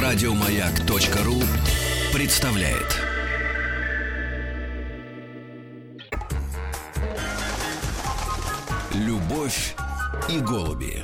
Радиомаяк.ру представляет. Любовь и голуби.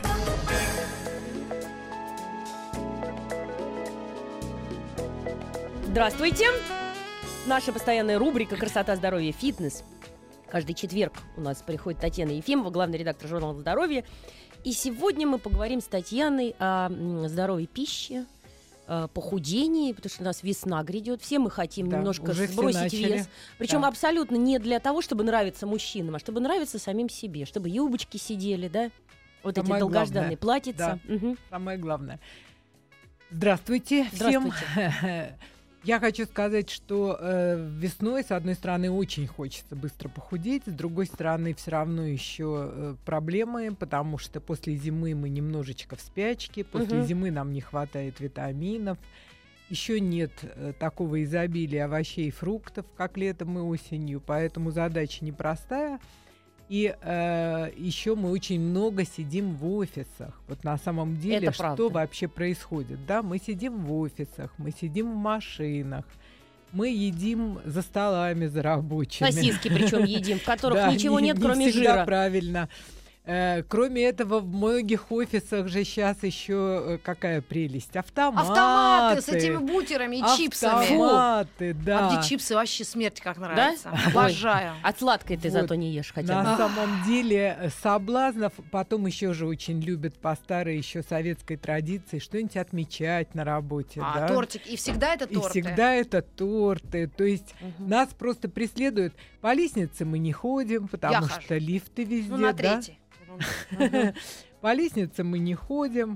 Здравствуйте! Наша постоянная рубрика «Красота, здоровье, фитнес». Каждый четверг у нас приходит Татьяна Ефимова, главный редактор журнала «Здоровье». И сегодня мы поговорим с Татьяной о здоровой пище, похудении, потому что у нас весна грядет. Все мы хотим немножко сбросить вес. Причем абсолютно не для того, чтобы нравиться мужчинам, а чтобы нравиться самим себе, чтобы юбочки сидели, да? Вот самое эти долгожданные платьица. Да. Угу. Самое главное. Здравствуйте всем. Здравствуйте. Я хочу сказать, что весной, с одной стороны, очень хочется быстро похудеть, с другой стороны, все равно еще проблемы, потому что после зимы мы немножечко в спячке, после зимы нам не хватает витаминов, еще нет такого изобилия овощей и фруктов, как летом и осенью, поэтому задача непростая. И еще мы очень много сидим в офисах. Вот на самом деле, что вообще происходит? Да, мы сидим в офисах, мы сидим в машинах, мы едим за столами, за рабочими. Сосиски причем едим, в которых ничего нет, кроме жира. Правильно. Кроме этого, в многих офисах же сейчас еще какая прелесть? Автоматы с этими бутерами и чипсами. Автоматы, да. А где чипсы вообще смерть как нравится. Да? Обожаю. От сладкой ты зато не ешь хотя бы. На самом деле соблазнов, потом еще же очень любят по старой еще советской традиции что-нибудь отмечать на работе. Да? Тортик. И всегда это торты. И всегда это торты. То есть нас просто преследуют. По лестнице мы не ходим, потому что лифты везде. На третий. По лестнице мы не ходим.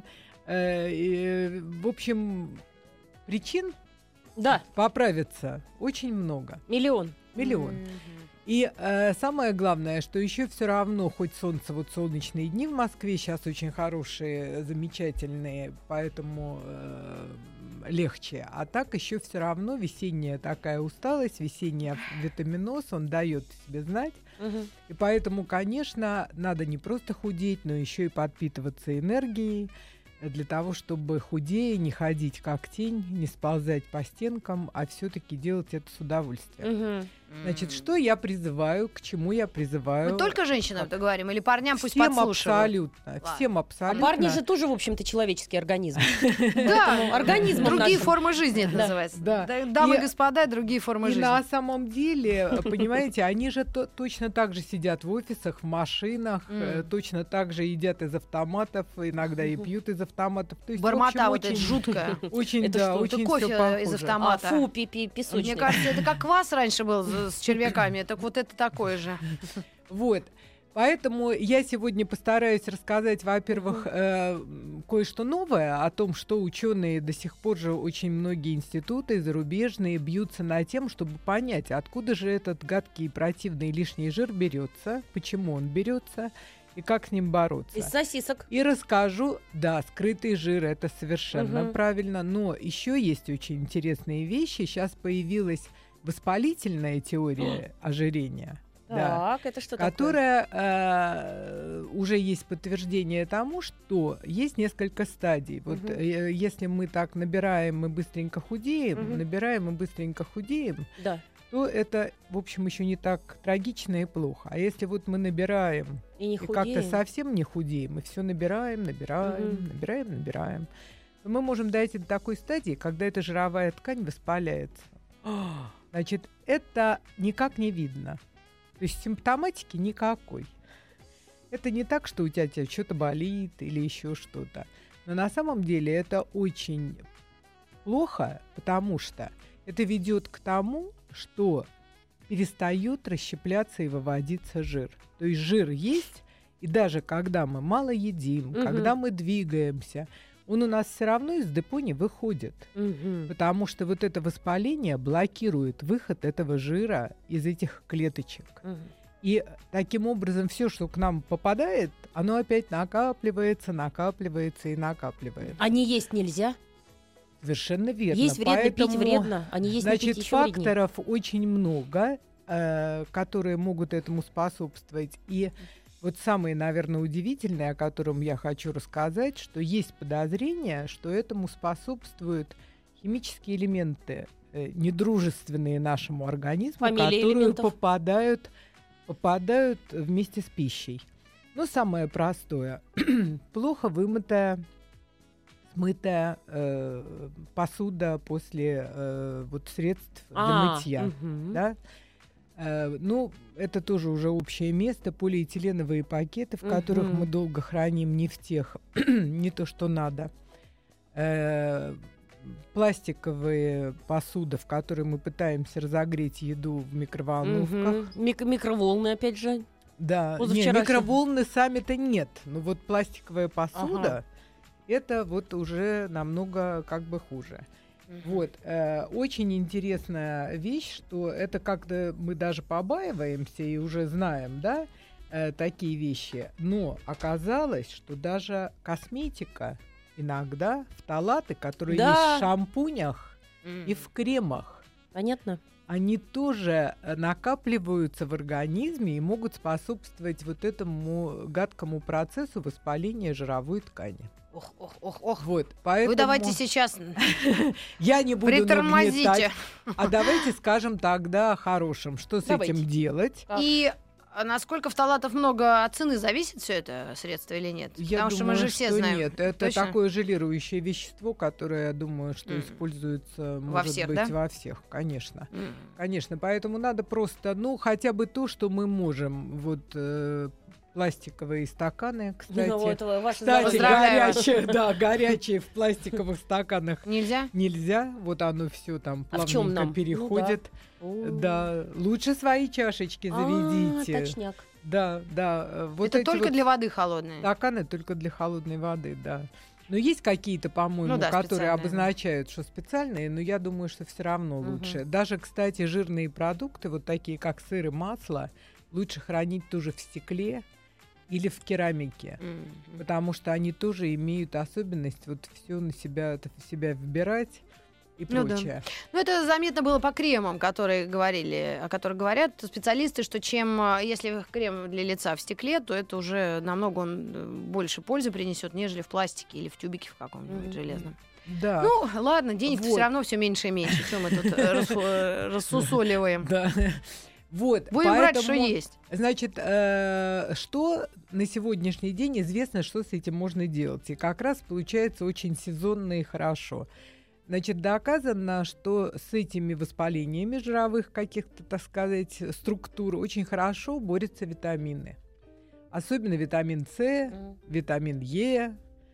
В общем, причин поправиться очень много. Миллион. И самое главное, что еще все равно, хоть солнце, вот солнечные дни в Москве сейчас очень хорошие, замечательные, поэтому легче. А так еще все равно весенняя такая усталость, весенний витаминоз, он дает себе знать. И поэтому, конечно, надо не просто худеть, но еще и подпитываться энергией для того, чтобы худее не ходить как тень, не сползать по стенкам, а все-таки делать это с удовольствием. Значит, что я призываю, к чему я призываю? Мы только женщинам это говорим или парням пусть подслушивают? Всем абсолютно. А парни же тоже, в общем-то, человеческий организм. Да, организм. Другие формы жизни это называется. Дамы и господа, другие формы жизни. И на самом деле, понимаете, они же точно так же сидят в офисах, в машинах, точно так же едят из автоматов, иногда и пьют из автоматов. Бормота вот это жуткая. Очень, да, очень кофе из автомата. Фу, песочный. Мне кажется, это как квас раньше был с червяками, так вот это такое же. Вот. Поэтому я сегодня постараюсь рассказать, во-первых, кое-что новое о том, что ученые до сих пор же очень многие институты зарубежные бьются над тем, чтобы понять, откуда же этот гадкий, противный лишний жир берется, почему он берется и как с ним бороться. Из сосисок. И расскажу, скрытый жир, это совершенно правильно, но еще есть очень интересные вещи. Сейчас появилась воспалительная теория ожирения. Так, это что такое? Которая уже есть подтверждение тому, что есть несколько стадий. Вот если мы так набираем и быстренько худеем, то это, в общем, еще не так трагично и плохо. А если вот мы набираем и как-то совсем не худеем, и все набираем, то мы можем дойти до такой стадии, когда эта жировая ткань воспаляется. Значит, это никак не видно. То есть симптоматики никакой. Это не так, что у тебя что-то болит или еще что-то. Но на самом деле это очень плохо, потому что это ведет к тому, что перестает расщепляться и выводиться жир. То есть жир есть, и даже когда мы мало едим, когда мы двигаемся, он у нас все равно из депо не выходит, потому что вот это воспаление блокирует выход этого жира из этих клеточек. И таким образом все, что к нам попадает, оно опять накапливается. А не есть нельзя? Совершенно верно. Есть вредно, поэтому, пить вредно, а не есть не пить еще факторов вреднее. Очень много, которые могут этому способствовать. И вот самое, наверное, удивительное, о котором я хочу рассказать, что есть подозрение, что этому способствует химические элементы, недружественные нашему организму, Фамилия которые элементов. попадают вместе с пищей. Ну, самое простое. Плохо вымытая, смытая посуда после средств для мытья. Да? Ну, это тоже уже общее место. Полиэтиленовые пакеты, в которых мы долго храним нефтех, не то, что надо. Пластиковые посуды, в которые мы пытаемся разогреть еду в микроволновках. Микроволны, опять же. Да, нет, микроволны сами-то нет. Но вот пластиковая посуда, это вот уже намного как бы хуже. Вот, очень интересная вещь, что это как-то мы даже побаиваемся и уже знаем, да, такие вещи. Но оказалось, что даже косметика иногда, фталаты, которые есть в шампунях и в кремах, понятно, они тоже накапливаются в организме и могут способствовать вот этому гадкому процессу воспаления жировой ткани. Ох. Вот, поэтому... Вы давайте сейчас я не буду притормозите. Нагнетать. А давайте скажем тогда о хорошем. Что с этим делать? И насколько фталатов много, от цены зависит все это средство или нет? Я Потому думаю, что мы же все знаем. Нет, это Точно? такое желирующее вещество, которое, я думаю, что используется, может всех, быть, да? во всех, конечно. Конечно, поэтому надо просто, хотя бы то, что мы можем, пластиковые стаканы, кстати. Горячие в пластиковых стаканах. Нельзя. Вот оно все там плавненько переходит. Да, лучше свои чашечки заведите. Точняк. Да. Вот это только для воды холодной. Стаканы только для холодной воды, да. Но есть какие-то, по-моему, которые обозначают, что специальные, но я думаю, что все равно лучше. Даже, кстати, жирные продукты, вот такие как сыр и масло, лучше хранить тоже в стекле или в керамике, потому что они тоже имеют особенность все на себя вбирать и прочее. Ну, это заметно было по кремам, о которых говорят специалисты, что если крем для лица в стекле, то это уже намного больше пользы принесет, нежели в пластике или в тюбике в каком-нибудь железном. Да. Ну, ладно, денег-то все равно все меньше и меньше. Что мы тут рассусоливаем? Да. Вот, будем брать, что есть. Значит, что на сегодняшний день известно, что с этим можно делать. И как раз получается очень сезонно и хорошо. Значит, доказано, что с этими воспалениями жировых каких-то, так сказать, структур очень хорошо борются витамины. Особенно витамин С, витамин Е,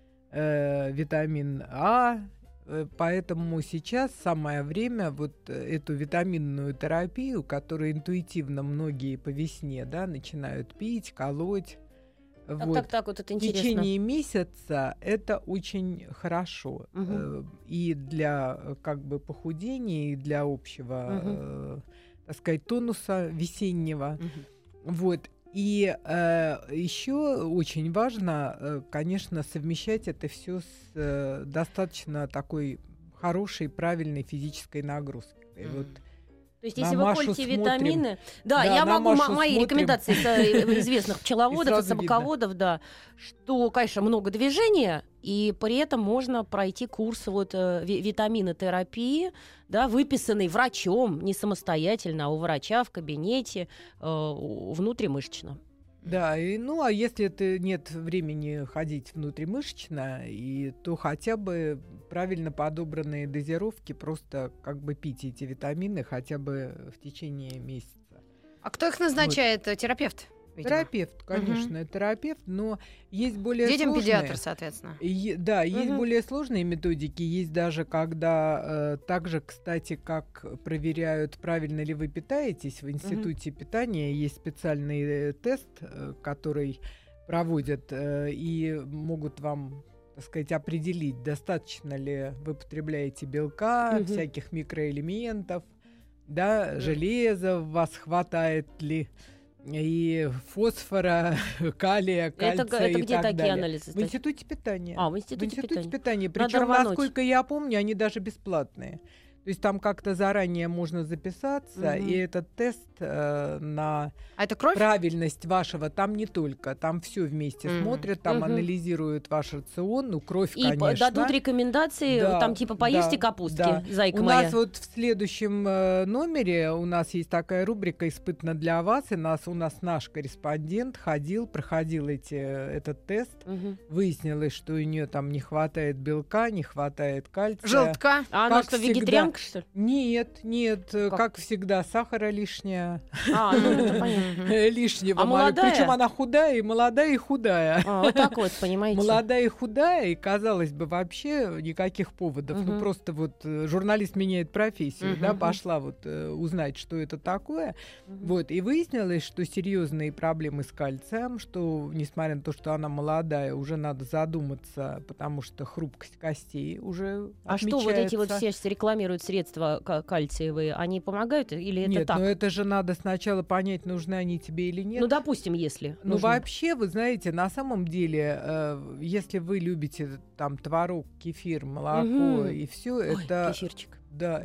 витамин А. Поэтому сейчас самое время эту витаминную терапию, которую интуитивно многие по весне, да, начинают пить, колоть. Так, это интересно. В течение месяца это очень хорошо. И для похудения, и для общего, так сказать, тонуса весеннего. Вот. И еще очень важно, конечно, совмещать это все с достаточно такой хорошей, правильной физической нагрузкой. То есть, если вы колите витамины... Да, я могу мои рекомендации известных пчеловодов и собаководов, да, что, конечно, много движения, и при этом можно пройти курс витаминотерапии, да, выписанный врачом, не самостоятельно, а у врача в кабинете, внутримышечно. Да, а если нет времени ходить внутримышечно, то хотя бы правильно подобранные дозировки, просто пить эти витамины хотя бы в течение месяца. А кто их назначает? Терапевт? Видимо. Терапевт, конечно, терапевт, но есть более детям сложные... педиатр, соответственно. Есть более сложные методики. Есть даже, когда так же, кстати, как проверяют, правильно ли вы питаетесь, в институте питания есть специальный тест, который проводят и могут вам, так сказать, определить, достаточно ли вы потребляете белка, всяких микроэлементов, да, железа у вас хватает ли, и фосфора, калия, кальция это и где так такие далее. анализы? В институте питания. В институте питания. Причем, насколько я помню, они даже бесплатные. То есть там как-то заранее можно записаться, и этот тест на А это кровь? правильность вашего, там не только, там все вместе смотрят, там анализируют ваш рацион, ну, кровь, И конечно. дадут рекомендации, Да, там типа поешьте да, капустки, да. зайка У моя. нас вот в следующем номере у нас есть такая рубрика «Испытано для вас», и у нас наш корреспондент проходил этот тест, выяснилось, что у нее там не хватает белка, не хватает кальция. Желтка. А она как что, всегда. вегетарианка, что ли? Нет, как всегда, сахара лишняя. Ну это понятно. Лишнего. А молодая? Причем она худая, и молодая, и худая. Вот так вот, понимаете. Молодая и худая, и, казалось бы, вообще никаких поводов. Ну, просто вот журналист меняет профессию, да, пошла вот узнать, что это такое. Вот, и выяснилось, что серьезные проблемы с кальцием, что, несмотря на то, что она молодая, уже надо задуматься, потому что хрупкость костей уже А отмечается. что вот эти вот все рекламируют средства кальциевые, они помогают или это Нет, так? но это же надо сначала понять, нужны они тебе или нет. Ну, допустим, если. Ну, нужно. вообще, вы знаете, на самом деле, если вы любите там творог, кефир, молоко и все, Ой, это... кефирчик. Да,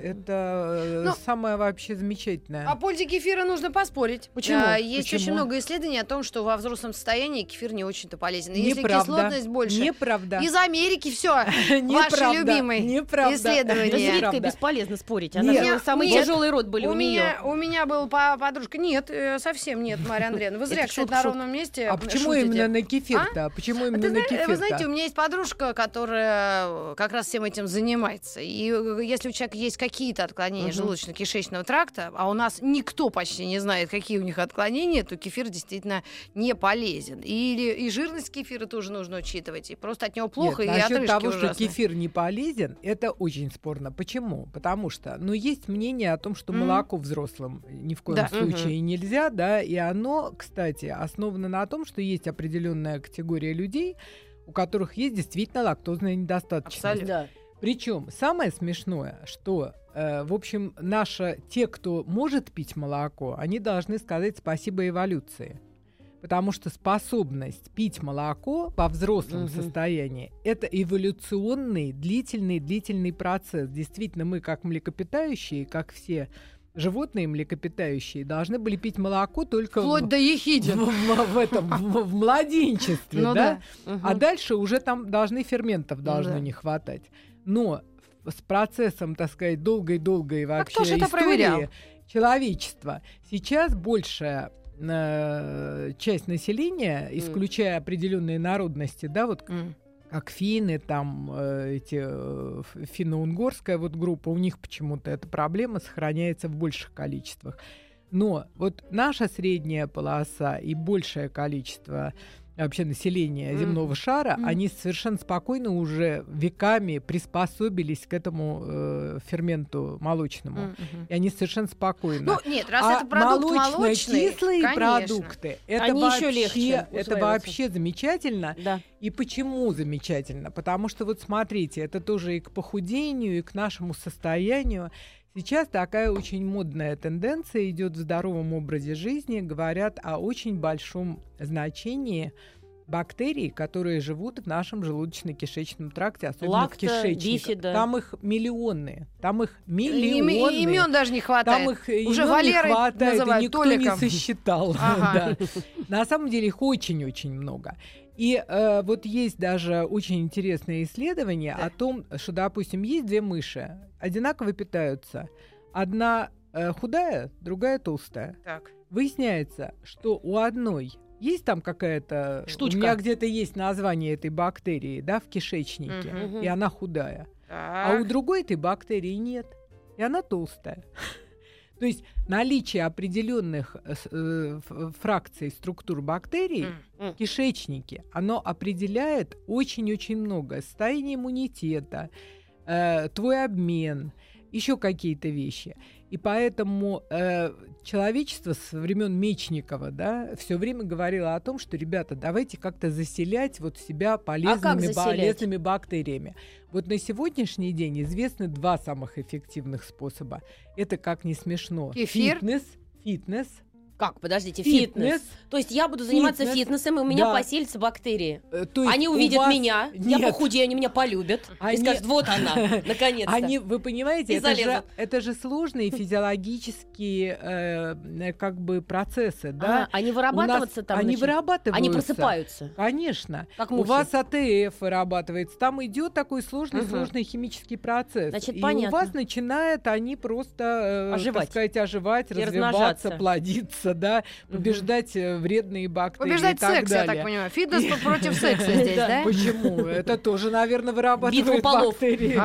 это самое вообще замечательное. О пользе кефира нужно поспорить. Почему? Есть Почему? очень много исследований о том, что во взрослом состоянии кефир не очень-то полезен. И если Неправда. кислотность больше. Неправда. Из Америки все. Неправда. Ваши любимые Неправда. исследования. Да с Риткой Неправда. бесполезно спорить. Нет. Она же самый Нет. тяжелый род были у нее. У меня был подружка. Нет, совсем нет, Марья Андреевна. Вы зря, Это кстати, шутка, на шутка. ровном месте А почему шутите. именно на кефир-то? Почему именно на кефир-то? Вы знаете, у меня есть подружка, которая как раз всем этим занимается. И если у человека есть какие-то отклонения желудочно-кишечного тракта, а у нас никто почти не знает, какие у них отклонения, то кефир действительно не полезен. И жирность кефира тоже нужно учитывать. И просто от него плохо, Нет, и насчет отрыжки того, что ужасные. кефир не полезен, это очень спорно. Почему? Потому что, есть мнение о том, что молоко взрослым ни в коем Да. случае нельзя, да, и оно, кстати, основано на том, что есть определенная категория людей, у которых есть действительно лактозная недостаточность. Абсолютно. Да. Причем самое смешное, что, в общем, те, кто может пить молоко, они должны сказать спасибо эволюции. Потому что способность пить молоко во взрослом состоянии – это эволюционный, длительный процесс. Действительно, мы, как млекопитающие, как все животные млекопитающие, должны были пить молоко только Вплоть до ехидин. в младенчестве, Ну да? да. А дальше уже там ферментов должно да. не хватать. Но с процессом, так сказать, долгой вообще кто же это проверял? истории человечества сейчас большая часть населения, исключая определенные народности, да, вот как финны, там финно-унгорская вот группа, у них почему-то эта проблема сохраняется в больших количествах. Но вот наша средняя полоса и большее количество вообще населения земного шара, они совершенно спокойно уже веками приспособились к этому ферменту молочному. И они совершенно спокойно. Ну, нет, раз это продукт молочный, молочно-кислые конечно. продукты, это Они еще легче это усваиваются. вообще замечательно. Да. И почему замечательно? Потому что, вот смотрите, это тоже и к похудению, и к нашему состоянию. Сейчас такая очень модная тенденция идет в здоровом образе жизни. Говорят о очень большом значении бактерий, которые живут в нашем желудочно-кишечном тракте, особенно в кишечнике. бифида. Там их миллионы. Имен даже не хватает. Там их Уже имен Валерой не хватает, и называют, никто Толиком. не сосчитал. Ага. Да. На самом деле их очень-очень много. И вот есть даже очень интересное исследование о том, что, допустим, есть две мыши, одинаково питаются. Одна худая, другая толстая. Так. Выясняется, что у одной есть там какая-то... Штучка. У меня где-то есть название этой бактерии, да, в кишечнике, Мгм. и она худая. А Так. у другой этой бактерии нет, и она толстая. То есть наличие определенных фракций структур бактерий в кишечнике, оно определяет очень-очень много. Состояние иммунитета, твой обмен, еще какие-то вещи. И поэтому человечество со времен Мечникова, да, все время говорило о том, что, ребята, давайте как-то заселять вот себя полезными бактериями. Вот на сегодняшний день известны два самых эффективных способа. Это, как не смешно, Кефир? фитнес Как, подождите, фитнес? То есть я буду заниматься фитнесом, и у меня поселятся бактерии. Они увидят меня, я похудею, они меня полюбят. И скажут, вот она, наконец-то. Вы понимаете, это же сложные физиологические как бы процессы, да? Они вырабатываются там? Они вырабатываются. Они просыпаются? Конечно. Как у вас АТФ вырабатывается. Там идет такой сложный химический процесс. Значит, и понятно. у вас начинают они просто, оживать, развиваться, плодиться, да, побеждать вредные бактерии. Побеждать секс, я так понимаю. Фитнес против секса здесь, да? Почему? Это тоже, наверное, вырабатывает бактерии.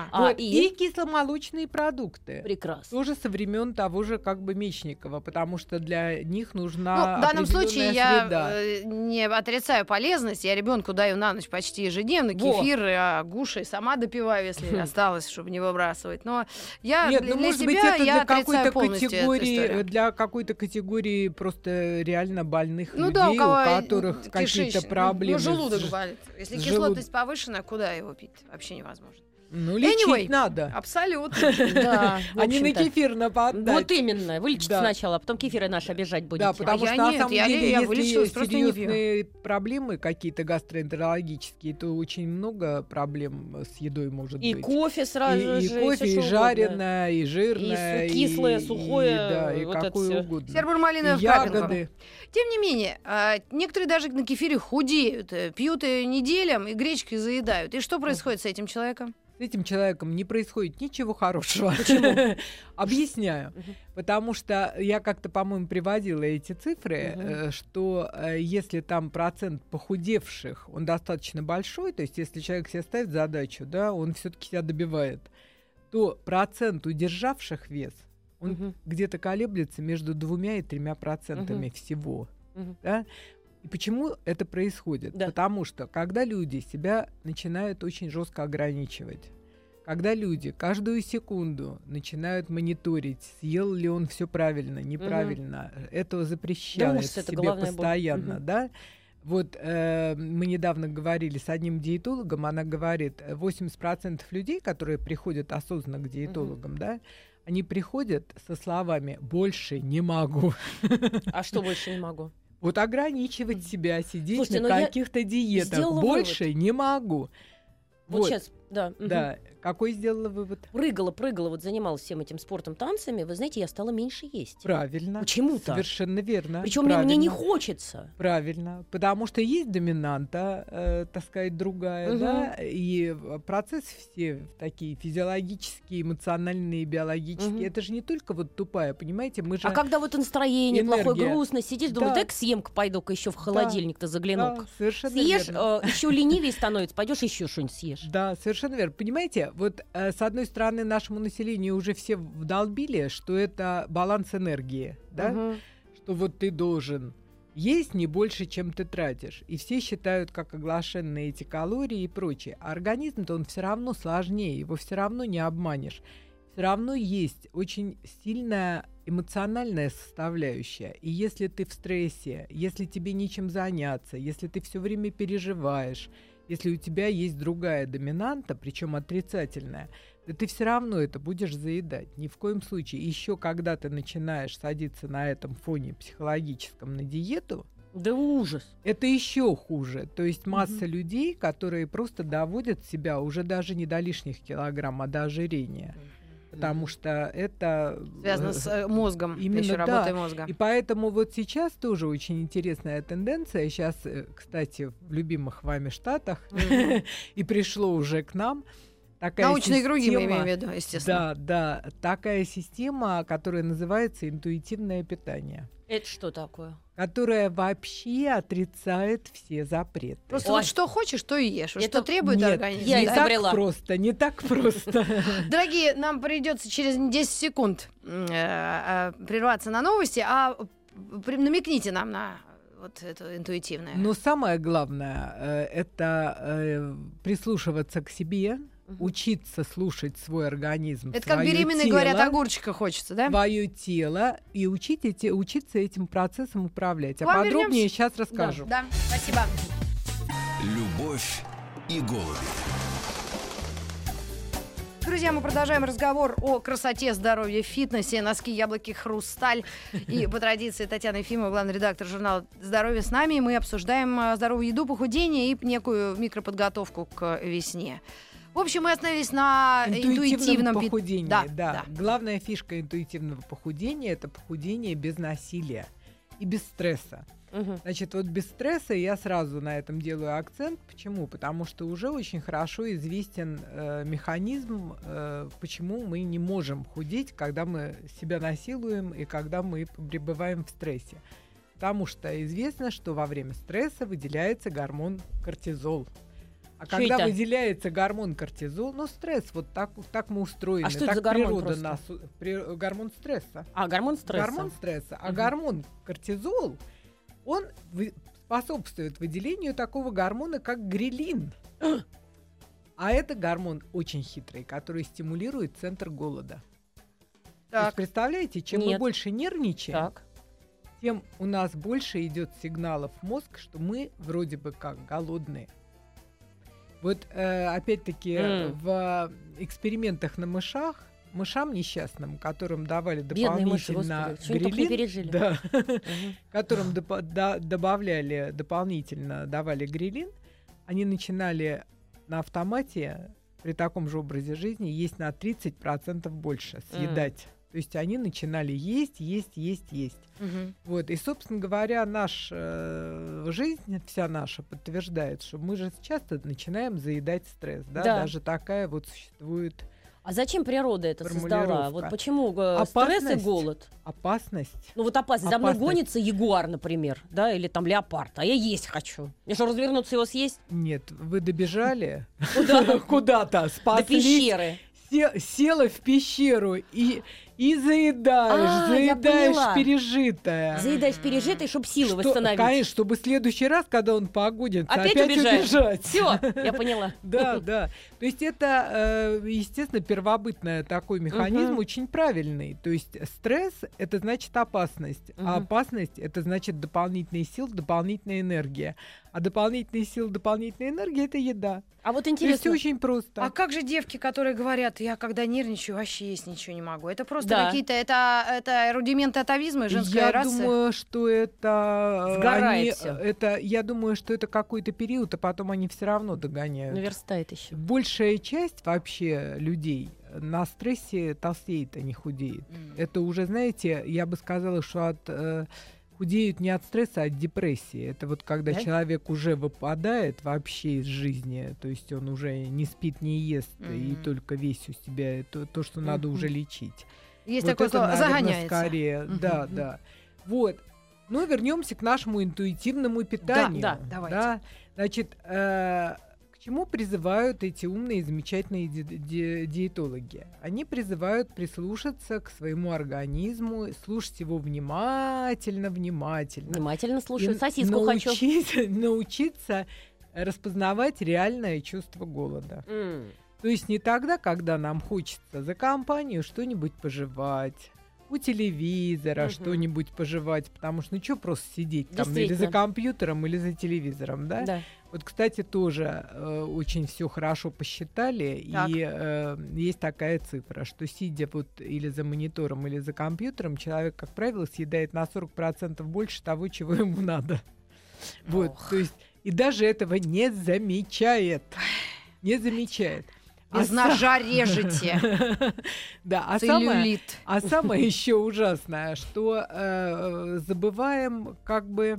И кисломолочные продукты. Прекрасно. Тоже со времен того же как бы Мечникова, потому что для них нужна в данном случае среда. Я не отрицаю полезность. Я ребенку даю на ночь почти ежедневно кефир, гуши и сама допиваю, если осталось, чтобы не выбрасывать. Но я для себя я отрицаю полностью эту историю. Для какой-то категории просто реально больных людей, у которых какие-то проблемы. Желудок болит. Если кислотность повышенная, куда его пить? Вообще невозможно. Лечить надо. Абсолютно. Да, а не на кефир нападать. Вот именно. Вылечите сначала, а потом кефиры наши обижать будете. Да, потому что на самом деле, если серьезные проблемы какие-то гастроэнтерологические, то очень много проблем с едой может быть. И кофе сразу же. И кофе, и жареное, и жирное. И кислое, сухое. Да, и какое угодно. Сербур-малиновая ягоды. Тем не менее, некоторые даже на кефире худеют, пьют неделям и гречкой заедают. И что происходит с этим человеком? С этим человеком не происходит ничего хорошего. Почему? Объясняю. Потому что я как-то, по-моему, приводила эти цифры, что если там процент похудевших, он достаточно большой, то есть если человек себе ставит задачу, да, он все-таки себя добивает, то процент удержавших вес, он где-то колеблется между 2 и 3% всего. Да? И почему это происходит? Да. Потому что когда люди себя начинают очень жестко ограничивать, когда люди каждую секунду начинают мониторить, съел ли он все правильно, неправильно, этого запрещают себе постоянно, да? Вот мы недавно говорили с одним диетологом, она говорит, 80% людей, которые приходят осознанно к диетологам, да, они приходят со словами «больше не могу». А что больше не могу? Вот ограничивать себя, сидеть на каких-то диетах. Больше не могу. Вот сейчас, да. Да. Какой сделала вывод? Прыгала, вот занималась всем этим спортом, танцами. Вы знаете, я стала меньше есть. Правильно. Почему-то. Совершенно верно. Причем мне не хочется. Правильно. Потому что есть доминанта, так сказать, другая, да, и процессы все такие физиологические, эмоциональные, биологические. Это же не только вот тупая, понимаете, мы же... А когда вот настроение плохое, грустно, сидишь, думаешь, дай-ка съем-ка, пойду-ка еще в холодильник-то загляну. Да, совершенно съешь, верно. Еще ленивее становится, пойдешь еще что-нибудь съешь. Да, совершенно верно. Понимаете, вот с одной стороны нашему населению уже все вдолбили, что это баланс энергии, да, что вот ты должен есть не больше, чем ты тратишь. И все считают, как оглашенные эти калории и прочее. А организм-то он все равно сложнее, его все равно не обманешь. Все равно есть очень сильная эмоциональная составляющая. И если ты в стрессе, если тебе нечем заняться, если ты все время переживаешь, если у тебя есть другая доминанта, причем отрицательная, то ты все равно это будешь заедать. Ни в коем случае. Еще когда ты начинаешь садиться на этом фоне психологическом на диету, да ужас. Это еще хуже. То есть масса людей, которые просто доводят себя уже даже не до лишних килограмм, а до ожирения. Потому что это... Связано с мозгом, еще работой мозга. И поэтому вот сейчас тоже очень интересная тенденция. Сейчас, кстати, в любимых вами Штатах и пришло уже к нам такая научные система, круги мы имеем в виду, естественно. Да, такая система, которая называется интуитивное питание. Это что такое? Которая вообще отрицает все запреты. Просто вот что хочешь, то и ешь. Что требует организм. Я изобрела. Не так просто. Дорогие, нам придется через 10 секунд прерваться на новости, а намекните нам на вот это интуитивное. Но самое главное, это прислушиваться к себе, учиться слушать свой организм. Это как беременные говорят, огурчика хочется, да? Свое тело и учиться этим процессом управлять. А подробнее сейчас расскажу. Да, спасибо. Любовь и голуби. Друзья, мы продолжаем разговор о красоте, здоровье, фитнесе, носки, яблоки, хрусталь. И по традиции Татьяна Ефимова, главный редактор журнала «Здоровье» с нами. Мы обсуждаем здоровую еду, похудение и некую микроподготовку к весне. В общем, мы остановились на интуитивном похудении. Да. Главная фишка интуитивного похудения – это похудение без насилия и без стресса. Значит, вот без стресса я сразу на этом делаю акцент. Почему? Потому что уже очень хорошо известен механизм, почему мы не можем худеть, когда мы себя насилуем и когда мы пребываем в стрессе. Потому что известно, что во время стресса выделяется гормон кортизол. А Что когда это? выделяется гормон кортизол, стресс, вот так мы устроены. А что так это за гормон природа просто? гормон стресса. Гормон стресса. Гормон стресса. А гормон кортизол, он способствует выделению такого гормона, как грелин. А это гормон очень хитрый, который стимулирует центр голода. То есть, представляете, чем мы Нет. больше нервничаем, Так. тем у нас больше идет сигналов в мозг, что мы вроде бы как голодные. Вот опять-таки в экспериментах на мышам несчастным, которым давали Бедные мыши, дополнительно господи, что они только не грелин, пережили. да, которым добавляли дополнительно, давали грелин, они начинали на автомате при таком же образе жизни есть на 30% больше, съедать. То есть они начинали есть. Вот. И, собственно говоря, наша жизнь, вся наша, подтверждает, что мы же часто начинаем заедать стресс. Да? Да. Даже такая вот существует А зачем природа это создала? формулировка. Вот почему стресс и голод? Опасность. Ну вот опасность. За мной Опасность. гонится ягуар, например, да, или там леопард, а я есть хочу. Мне что, развернуться его съесть? Нет, вы добежали Куда? куда-то, До спаслись, пещеры. села в пещеру и заедаешь я поняла. пережитое. Заедаешь пережитый, чтобы силы Что, восстановить. конечно, чтобы в следующий раз, когда он погонится, Опять опять убежать. Все, я поняла. Да. То есть это, естественно, первобытный такой механизм, очень правильный. То есть стресс — это значит опасность, а опасность — это значит дополнительные силы, дополнительная энергия. А дополнительные силы, дополнительная энергия — это еда. А вот То есть интересно. очень просто. А как же девки, которые говорят, я когда нервничаю, вообще есть ничего не могу? Это просто Да. какие-то, это рудименты атовизма женской Я расы? думаю, что это... Сгорает всё. Я думаю, что это какой-то период, а потом они все равно догоняют. Наверстает еще. Большая часть вообще людей на стрессе толстеет, а не худеет. Это уже, знаете, я бы сказала, что худеют не от стресса, а от депрессии. Это вот когда Да? человек уже выпадает вообще из жизни, то есть он уже не спит, не ест, и только весь у себя то, что надо уже лечить. Есть Вот такое это, слово, наверное, загоняется. скорее, да. Вот. Ну, вернемся к нашему интуитивному питанию. Да, давайте. Да? Значит, к чему призывают эти умные и замечательные диетологи? Они призывают прислушаться к своему организму, слушать его внимательно. Внимательно слушаю. И Сосиску хочу. научиться распознавать реальное чувство голода. То есть не тогда, когда нам хочется за компанию что-нибудь пожевать, у телевизора что-нибудь пожевать, потому что, что просто сидеть там или за Действительно. компьютером, или за телевизором, да? Да. Вот, кстати, тоже очень все хорошо посчитали, Так. и есть такая цифра, что сидя вот или за монитором, или за компьютером, человек, как правило, съедает на 40% больше того, чего ему надо. Вот, то есть, и даже этого не замечает. Не замечает. Без ножа режете. Да, Целлюлит. а самое еще ужасное, что забываем как бы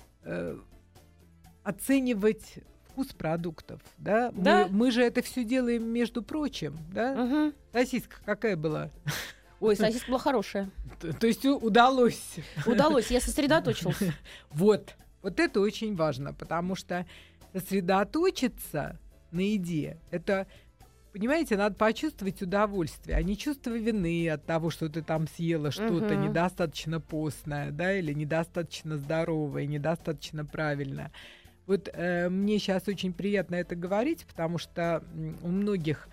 оценивать вкус продуктов, да? Да. Мы же это все делаем, между прочим, да? Мгм. Сосиска какая была? Ой, сосиска была хорошая. То есть удалось. Удалось, я сосредоточился. Вот это очень важно, потому что сосредоточиться на еде, это, понимаете, надо почувствовать удовольствие, а не чувство вины от того, что ты там съела что-то недостаточно постное, да, или недостаточно здоровое, недостаточно правильное. Вот мне сейчас очень приятно это говорить, потому что у многих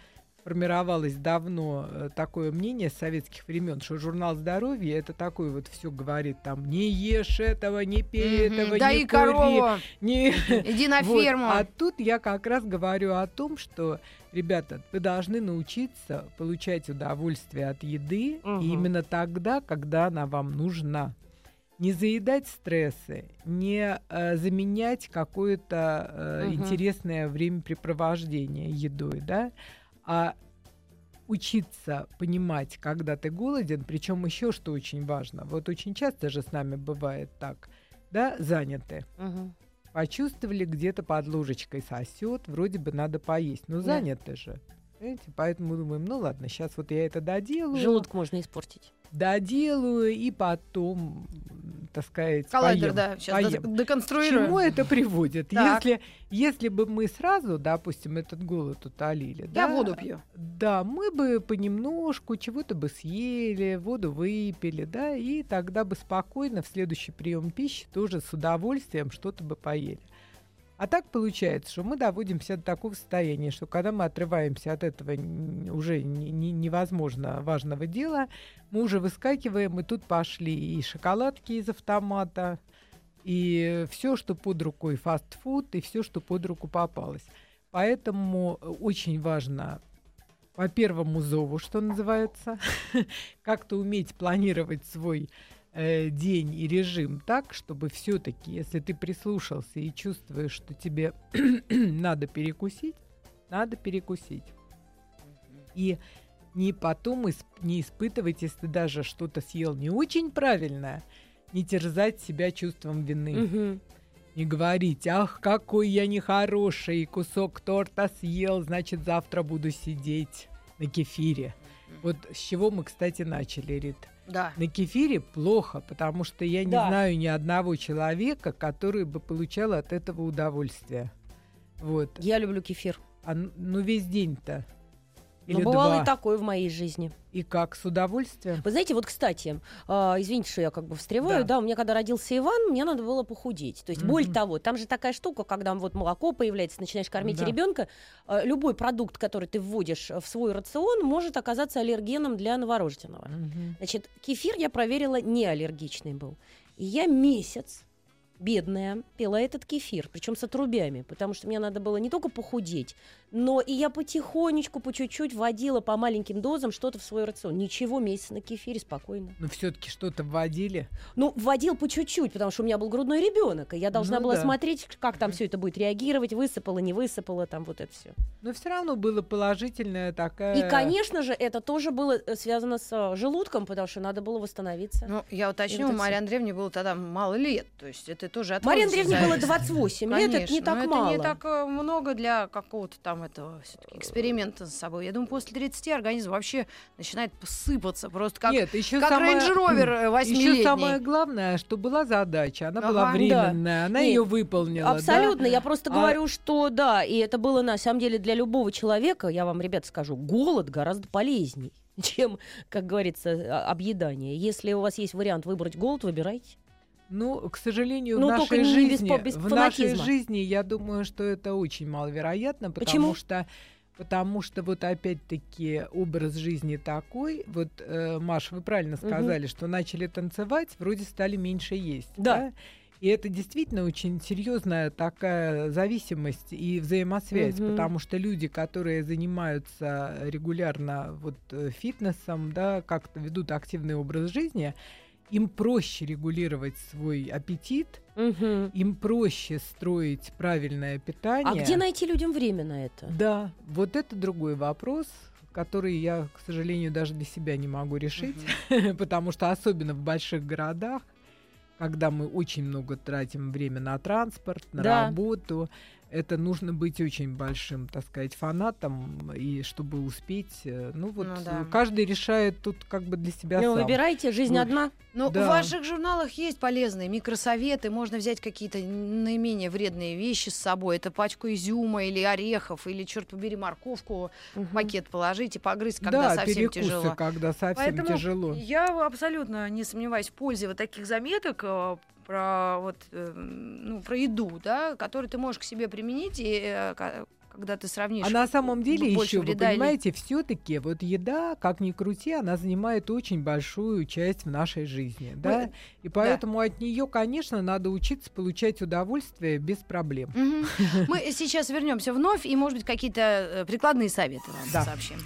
формировалось давно такое мнение с советских времен, что журнал «Здоровье» — это такой вот все говорит там: не ешь этого, не пей этого, Да не и кури, корову, не... иди на Вот. ферму. А тут я как раз говорю о том, что, ребята, вы должны научиться получать удовольствие от еды и именно тогда, когда она вам нужна. Не заедать стрессы, не заменять какое-то интересное времяпрепровождение едой, да, а учиться понимать, когда ты голоден, причем еще что очень важно. Вот очень часто же с нами бывает так, да, заняты. Почувствовали, где-то под ложечкой сосет, вроде бы надо поесть, но заняты же. Понимаете? Поэтому думаем, ну ладно, сейчас вот я это доделаю. Желудок можно испортить. Доделаю и потом, так сказать, Коллайдер, поем. да, сейчас К деконструируем. чему это приводит? Так. Если бы мы сразу, допустим, этот голод утолили, Я да, воду пью. да, мы бы понемножку чего-то бы съели, воду выпили, да, и тогда бы спокойно в следующий прием пищи тоже с удовольствием что-то бы поели. А так получается, что мы доводимся до такого состояния, что когда мы отрываемся от этого уже невозможно важного дела, мы уже выскакиваем, и тут пошли и шоколадки из автомата, и все, что под рукой, фастфуд, и все, что под руку попалось. Поэтому очень важно по первому зову, что называется, как-то уметь планировать свой день и режим так, чтобы все-таки, если ты прислушался и чувствуешь, что тебе надо перекусить, надо перекусить. И не потом не испытывать, если ты даже что-то съел не очень правильно, не терзать себя чувством вины. Не говорить: ах, какой я нехороший, кусок торта съел, значит, завтра буду сидеть на кефире. Вот с чего мы, кстати, начали, Рит. Да. На кефире плохо, потому что я не знаю ни одного человека, который бы получал от этого удовольствие. Вот. Я люблю кефир. Ну, весь день-то. Или Но бывало два. и такое в моей жизни. И как, с удовольствием? Вы знаете, вот, кстати, извините, что я как бы встреваю, да, у меня когда родился Иван, мне надо было похудеть. То есть, более того, там же такая штука, когда вот молоко появляется, начинаешь кормить ребенка, любой продукт, который ты вводишь в свой рацион, может оказаться аллергеном для новорожденного. Значит, кефир я проверила, не аллергичный был. И я месяц, бедная, пила этот кефир, причем с отрубями, потому что мне надо было не только похудеть, но и я потихонечку, по чуть-чуть вводила по маленьким дозам что-то в свой рацион. Ничего, месяц на кефире, спокойно. Но все-таки что-то вводили. Ну, вводил по чуть-чуть, потому что у меня был грудной ребенок, и я должна была смотреть, как там все это будет реагировать, высыпало, не высыпало, там вот это все. Но все равно было положительная такая... И, конечно же, это тоже было связано с желудком, потому что надо было восстановиться. Ну, я уточню, вот Марии Андреевне было тогда мало лет, то есть это тоже от Марии возраста Андреевне было зависит. 28 лет, это не так но мало. это не так много для какого-то там этого всё-таки эксперимента с собой. Я думаю, после 30 организм вообще начинает посыпаться, просто как, Нет, еще как самое... Range Rover 8-летний. Еще самое главное, что была задача, она была Ага. временная, она Нет, ее выполнила. Абсолютно, да? я просто говорю, что да, и это было на самом деле для любого человека, я вам, ребята, скажу, голод гораздо полезней, чем, как говорится, объедание. Если у вас есть вариант выбрать голод, выбирайте. Ну, к сожалению, Ну, в только нашей не без жизни, без в нашей фанатизма. жизни, я думаю, что это очень маловероятно, Почему? потому что вот опять-таки образ жизни такой. Вот, Маш, вы правильно сказали, что начали танцевать, вроде стали меньше есть. Да. И это действительно очень серьезная такая зависимость и взаимосвязь, потому что люди, которые занимаются регулярно вот фитнесом, да, как-то ведут активный образ жизни, им проще регулировать свой аппетит, им проще строить правильное питание. А где найти людям время на это? Да, вот это другой вопрос, который я, к сожалению, даже для себя не могу решить, потому что особенно в больших городах, когда мы очень много тратим время на транспорт, на работу, это нужно быть очень большим, так сказать, фанатом, и чтобы успеть, каждый решает тут как бы для себя сам. Выбирайте, жизнь одна. Ну, Да. в ваших журналах есть полезные микросоветы, можно взять какие-то наименее вредные вещи с собой. Это пачку изюма или орехов, или, черт побери, морковку в пакет положить и погрызть, когда совсем перекусы, тяжело. когда совсем Поэтому тяжело. я абсолютно не сомневаюсь в пользе вот таких заметок про еду, да, которые ты можешь к себе применить и когда ты сравнишь. А на самом деле больше еще, вы вреда или- понимаете, все-таки вот еда, как ни крути, она занимает очень большую часть в нашей жизни, да? И поэтому от нее, конечно, надо учиться получать удовольствие без проблем. Мгм. Мы сейчас вернемся вновь и, может быть, какие-то прикладные советы вам Да. сообщим.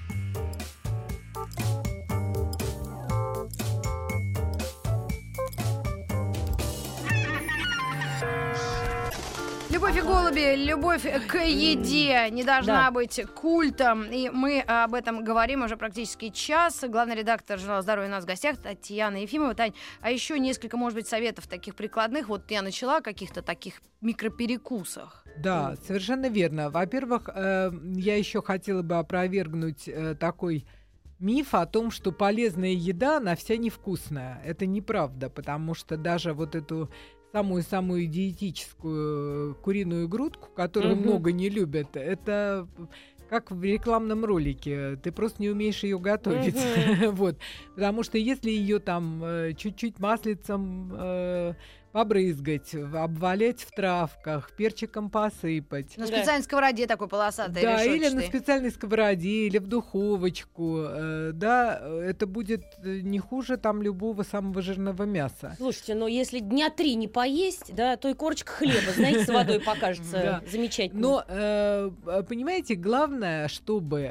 Любовь и голуби, любовь к еде не должна Да. быть культом. И мы об этом говорим уже практически час. Главный редактор журнала «Здоровье» у нас в гостях Татьяна Ефимова. Тань, а еще несколько, может быть, советов таких прикладных. Вот я начала о каких-то таких микроперекусах. Да, совершенно верно. Во-первых, я еще хотела бы опровергнуть такой миф о том, что полезная еда, она вся невкусная. Это неправда, потому что даже вот эту самую-самую диетическую куриную грудку, которую Мгм. много не любят, это как в рекламном ролике. Ты просто не умеешь ее готовить. Вот. Потому что если ее там чуть-чуть маслицем побрызгать, обвалять в травках, перчиком посыпать. На Да. специальной сковороде такой полосатой, Да, или на решетчатой. специальной сковороде, или в духовочку. Да, это будет не хуже там любого самого жирного мяса. Слушайте, но если дня 3 не поесть, да, то и корочка хлеба, знаете, с водой покажется Да. замечательно. Но, понимаете, главное, чтобы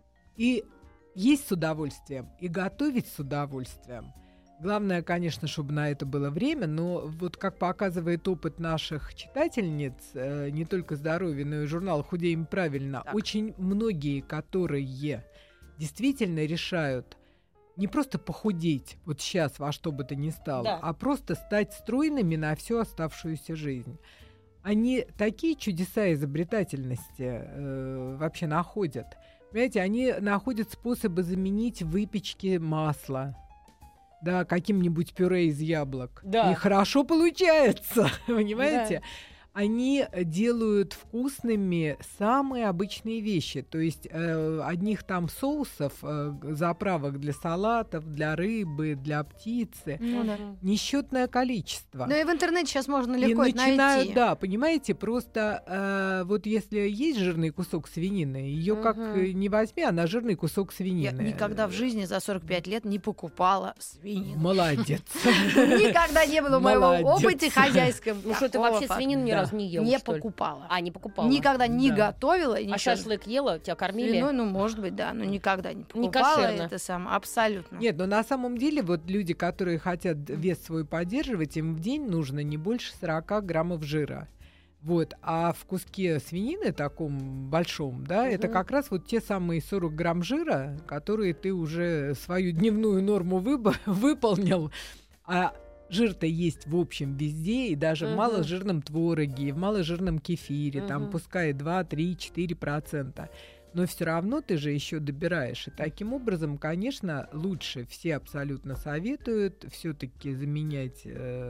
и есть с удовольствием, и готовить с удовольствием. Главное, конечно, чтобы на это было время, но вот как показывает опыт наших читательниц, не только «Здоровье», но и журнал «Худеем правильно», Так. очень многие, которые действительно решают не просто похудеть вот сейчас во что бы то ни стало, Да. а просто стать стройными на всю оставшуюся жизнь. Они такие чудеса изобретательности вообще находят. Понимаете, они находят способы заменить в выпечке масло. Да, каким-нибудь пюре из яблок. Да. И хорошо получается, понимаете? Они делают вкусными самые обычные вещи. То есть одних там соусов, заправок для салатов, для рыбы, для птицы Ну да. несчетное количество. Ну и в интернете сейчас можно И легко это начинают, найти. да, понимаете, просто вот если есть жирный кусок свинины, ее как Мгм. не возьми, она жирный кусок Я свинины. никогда в жизни за 45 лет не покупала свинину. Молодец. Никогда не было в моем Молодец. опыте хозяйском. Ну что, ты такого вообще факта. свинину ни Да. разу не ела, Не что ли? покупала. А, не покупала. Никогда не Да. готовила. и А ничего. шашлык ела? Тебя кормили? Свиной, ну, может быть, да, но никогда не Не покупала. кошерно. Это самое, абсолютно. Нет, но на самом деле вот люди, которые хотят вес свой поддерживать, им в день нужно не больше 40 граммов жира. Вот, а в куске свинины таком большом, да, это Мгм. как раз вот те самые 40 грамм жира, которые ты уже свою дневную норму выполнил, а жир-то есть в общем везде, и даже в Мгм. маложирном твороге, и в маложирном кефире, там Мгм. пускай 2, 3, 4%. Но все равно ты же еще добираешь. И таким образом, конечно, лучше все абсолютно советуют все-таки заменять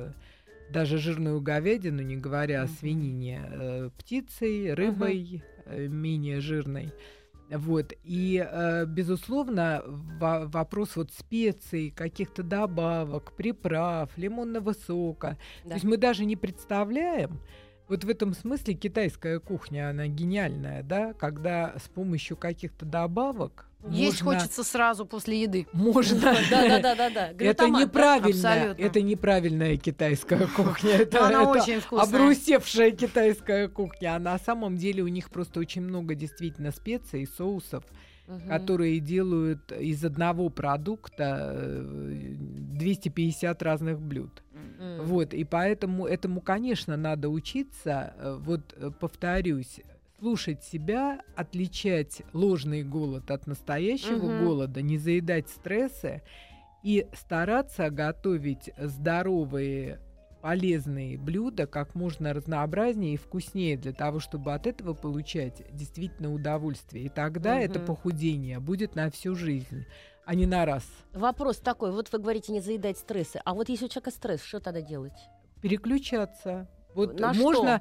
даже жирную говядину, не говоря о Мгм. свинине, птицей, рыбой менее жирной. Вот. И, безусловно, вопрос вот специй, каких-то добавок, приправ, лимонного сока. Да. То есть мы даже не представляем. Вот в этом смысле китайская кухня, она гениальная, да, когда с помощью каких-то добавок Есть можно- хочется сразу после еды. можно. Да. Это неправильная, Абсолютно. это неправильная китайская кухня. Это, Но она это очень вкусная. обрусевшая китайская кухня. А на самом деле у них просто очень много действительно специй, соусов, Мгм. которые делают из одного продукта 250 разных блюд. М. Вот, и поэтому этому, конечно, надо учиться. Повторюсь, слушать себя, отличать ложный голод от настоящего Мгм. голода, не заедать стрессы и стараться готовить здоровые, полезные блюда как можно разнообразнее и вкуснее для того, чтобы от этого получать действительно удовольствие. И тогда это Мгм. похудение будет на всю жизнь, а не на раз. Вопрос такой, вот вы говорите не заедать стрессы, а вот если у человека стресс, что тогда делать? Переключаться. Вот На можно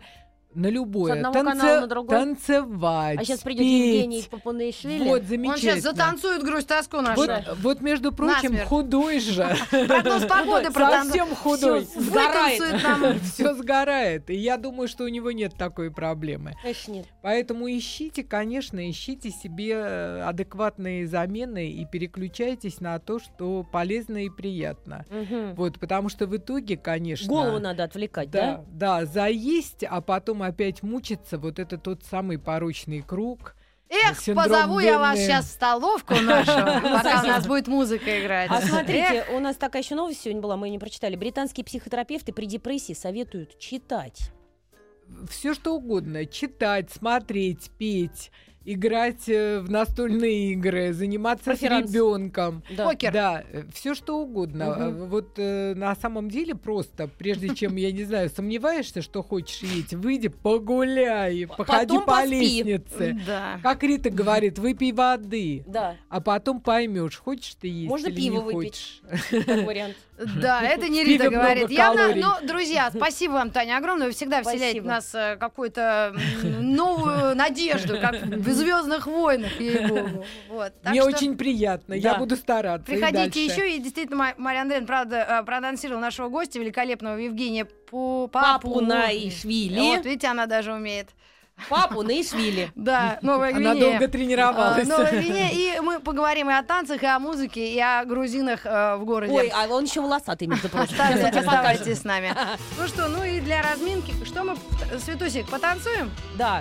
На любое. С одного канала на другой? Танцевать, А сейчас придет петь. Евгений Папунишвили. Вот, Он замечательно. сейчас затанцует грусть-тоску нашу. Вот, между прочим, Насмерть. худой же. Прогноз погоды Совсем худой. Сгорает. Вытанцует нам. Все сгорает. И я думаю, что у него нет такой проблемы. Конечно, нет. Поэтому ищите себе адекватные замены и переключайтесь на то, что полезно и приятно. Мгм. Вот, потому что в итоге, конечно... Голову надо отвлекать, да? Да, заесть, а потом опять мучиться, вот это тот самый порочный круг. Эх, Синдром позову я вас Венны. сейчас в столовку нашу, пока у нас будет музыка играть. А смотрите, Эх, у нас такая еще новость сегодня была, мы ее не прочитали. Британские психотерапевты при депрессии советуют читать. Все что угодно. Читать, смотреть, петь, играть в настольные игры, заниматься с Преферанс. ребенком. Да. покер. Да, все что угодно. Мгм. Вот на самом деле просто, прежде чем, я не знаю, сомневаешься, что хочешь есть, выйди, погуляй, походи Потом по поспи. лестнице. Да. Как Рита говорит, выпей воды, Да, а потом поймешь, хочешь ты есть Можно или пиво не выпить. хочешь. как вариант. Да, это не В пиве Рита говорит. много Явно, калорий. но, друзья, спасибо вам, Таня, огромное. Вы всегда вселяете в Спасибо. нас какую-то новую надежду, как в «Звездных войнах», ей-богу. Вот. Так Мне что очень приятно, Да. я буду стараться. и приходите дальше. еще. И действительно, Мария Андреевна, правда, проанонсировала нашего гостя, великолепного Евгения Папунишвили. Вот, видите, она даже умеет. Папунишвили. Да, Новая Она Гвинея. долго тренировалась. Новая Гвинея. И мы поговорим и о танцах, и о музыке, и о грузинах в городе. Ой, а он еще волосатый, между прочим. Сейчас он тебе покажет. Оставайтесь с нами. Ну что, ну и для разминки, что мы, Светусик, потанцуем? Да.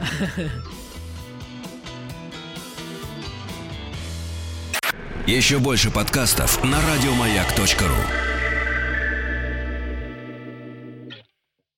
Еще больше подкастов на радиомаяк.ру.